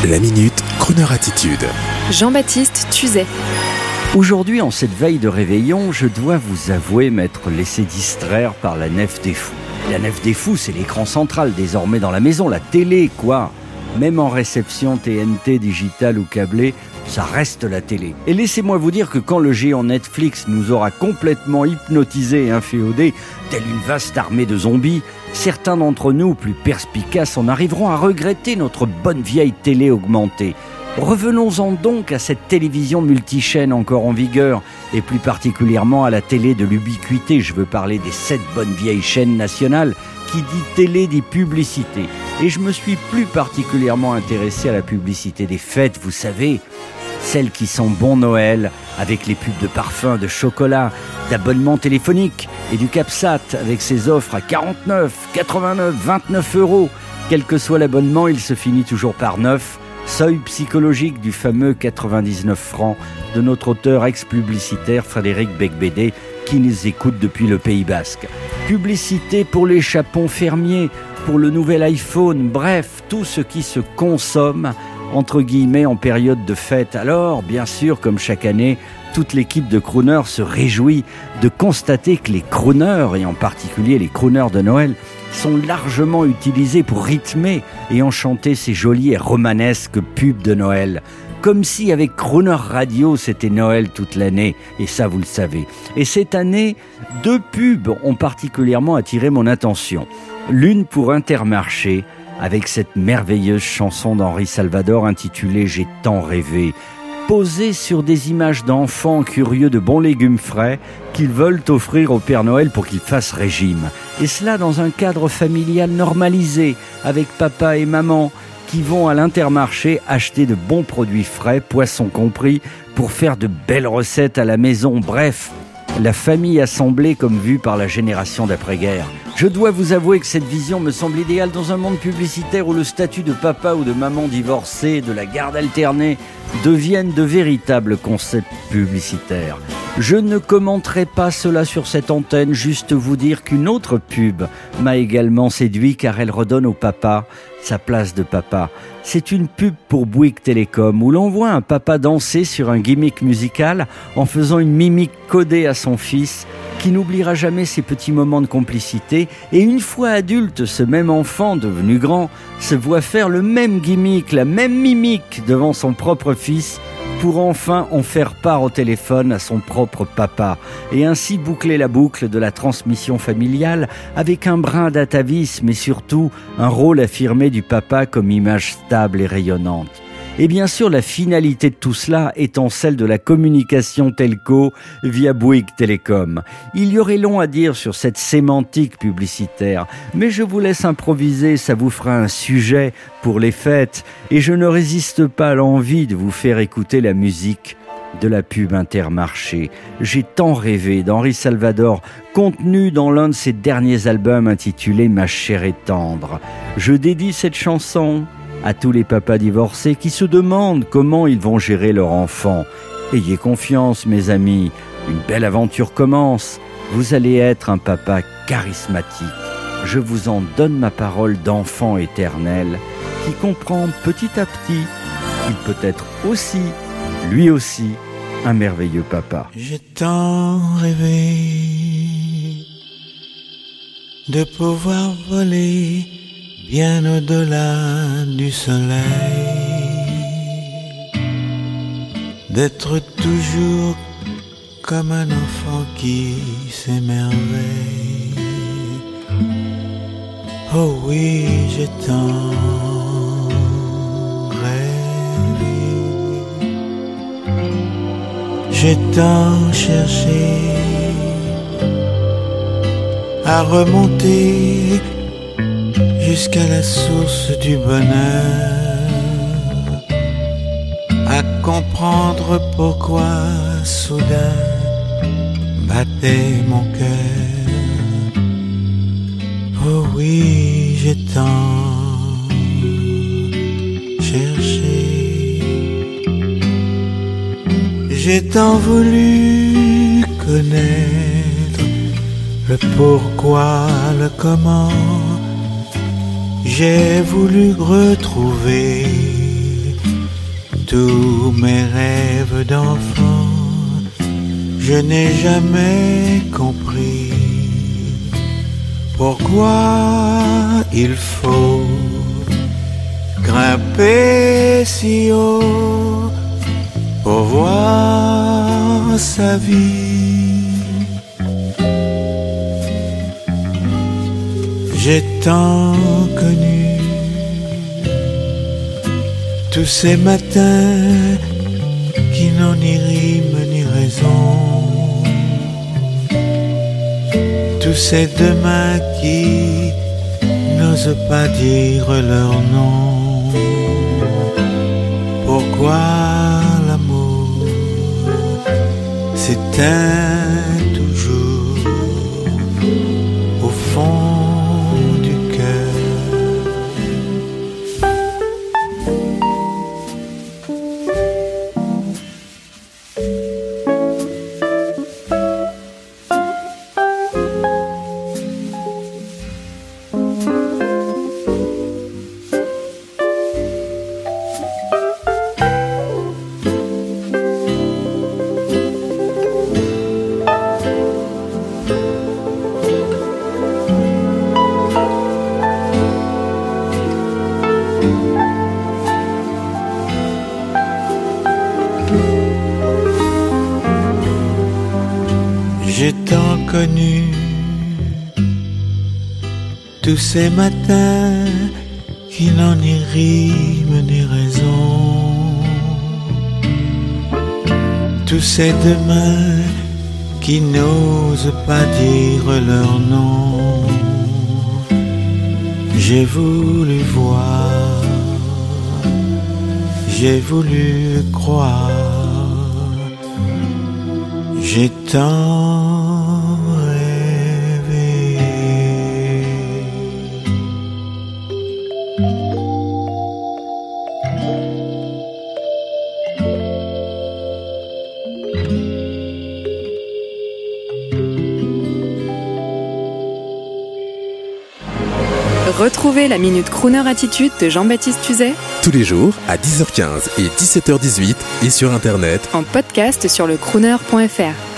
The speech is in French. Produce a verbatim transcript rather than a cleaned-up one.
La Minute, Crooner Attitude. Jean-Baptiste Tuzet. Aujourd'hui, en cette veille de réveillon, je dois vous avouer m'être laissé distraire par la Nef des Fous. La Nef des Fous, c'est l'écran central désormais dans la maison, la télé, quoi. Même en réception T N T, digitale ou câblée, ça reste la télé. Et laissez-moi vous dire que quand le géant Netflix nous aura complètement hypnotisés et inféodés, telle une vaste armée de zombies, certains d'entre nous, plus perspicaces, en arriveront à regretter notre bonne vieille télé augmentée. Revenons-en donc à cette télévision multichaîne encore en vigueur, et plus particulièrement à la télé de l'ubiquité. Je veux parler des sept bonnes vieilles chaînes nationales. Qui dit télé dit publicité. Et je me suis plus particulièrement intéressé à la publicité des fêtes, vous savez, celles qui sont bon Noël, avec les pubs de parfums, de chocolat, d'abonnements téléphoniques et du CapSat, avec ses offres à quarante-neuf, quatre-vingt-neuf, vingt-neuf euros. Quel que soit l'abonnement, il se finit toujours par neuf. Seuil psychologique du fameux quatre-vingt-dix-neuf francs de notre auteur ex-publicitaire Frédéric Becbédé, qui nous écoute depuis le Pays Basque. Publicité pour les chapons fermiers, pour le nouvel iPhone, bref, tout ce qui se consomme, entre guillemets, en période de fête. Alors, bien sûr, comme chaque année, toute l'équipe de crooners se réjouit de constater que les crooners, et en particulier les crooners de Noël, sont largement utilisés pour rythmer et enchanter ces jolies et romanesques pubs de Noël. Comme si avec Crooner Radio, c'était Noël toute l'année, et ça vous le savez. Et cette année, deux pubs ont particulièrement attiré mon attention. L'une pour Intermarché, avec cette merveilleuse chanson d'Henri Salvador intitulée « J'ai tant rêvé », posée sur des images d'enfants curieux de bons légumes frais qu'ils veulent offrir au Père Noël pour qu'il fasse régime. Et cela dans un cadre familial normalisé, avec papa et maman, qui vont à l'Intermarché acheter de bons produits frais, poissons compris, pour faire de belles recettes à la maison. Bref, la famille assemblée comme vue par la génération d'après-guerre. Je dois vous avouer que cette vision me semble idéale dans un monde publicitaire où le statut de papa ou de maman divorcée, de la garde alternée, deviennent de véritables concepts publicitaires. Je ne commenterai pas cela sur cette antenne, juste vous dire qu'une autre pub m'a également séduit car elle redonne au papa sa place de papa. C'est une pub pour Bouygues Télécom où l'on voit un papa danser sur un gimmick musical en faisant une mimique codée à son fils qui n'oubliera jamais ces petits moments de complicité, et une fois adulte, ce même enfant devenu grand se voit faire le même gimmick, la même mimique devant son propre fils pour enfin en faire part au téléphone à son propre papa et ainsi boucler la boucle de la transmission familiale avec un brin d'atavisme et surtout un rôle affirmé du papa comme image stable et rayonnante. Et bien sûr, la finalité de tout cela étant celle de la communication telco via Bouygues Télécom. Il y aurait long à dire sur cette sémantique publicitaire, mais je vous laisse improviser, ça vous fera un sujet pour les fêtes, et je ne résiste pas à l'envie de vous faire écouter la musique de la pub Intermarché. J'ai tant rêvé d'Henri Salvador, contenu dans l'un de ses derniers albums intitulé « Ma chère et tendre ». Je dédie cette chanson à tous les papas divorcés qui se demandent comment ils vont gérer leur enfant. Ayez confiance, mes amis, une belle aventure commence. Vous allez être un papa charismatique. Je vous en donne ma parole d'enfant éternel qui comprend petit à petit qu'il peut être aussi, lui aussi, un merveilleux papa. J'ai tant rêvé de pouvoir voler bien au-delà du soleil, d'être toujours comme un enfant qui s'émerveille. Oh oui, j'ai tant rêvé, j'ai tant cherché à remonter jusqu'à la source du bonheur, à comprendre pourquoi soudain battait mon cœur. Oh oui, j'ai tant cherché, j'ai tant voulu connaître le pourquoi, le comment. J'ai voulu retrouver tous mes rêves d'enfant, je n'ai jamais compris pourquoi il faut grimper si haut pour voir sa vie. J'ai tant connu tous ces matins qui n'ont ni rime ni raison, tous ces demain qui n'osent pas dire leur nom. Pourquoi l'amour s'éteint toujours au fond du cœur? J'ai tant connu tous ces matins qui n'ont ni rime ni raison, tous ces demain qui n'osent pas dire leur nom. J'ai voulu voir, j'ai voulu croire, j'ai tant rêvé. Retrouvez la Minute Crooner Attitude de Jean-Baptiste Tuzet Tous les jours à dix heures quinze et dix-sept heures dix-huit et sur internet en podcast sur le crooner point f r.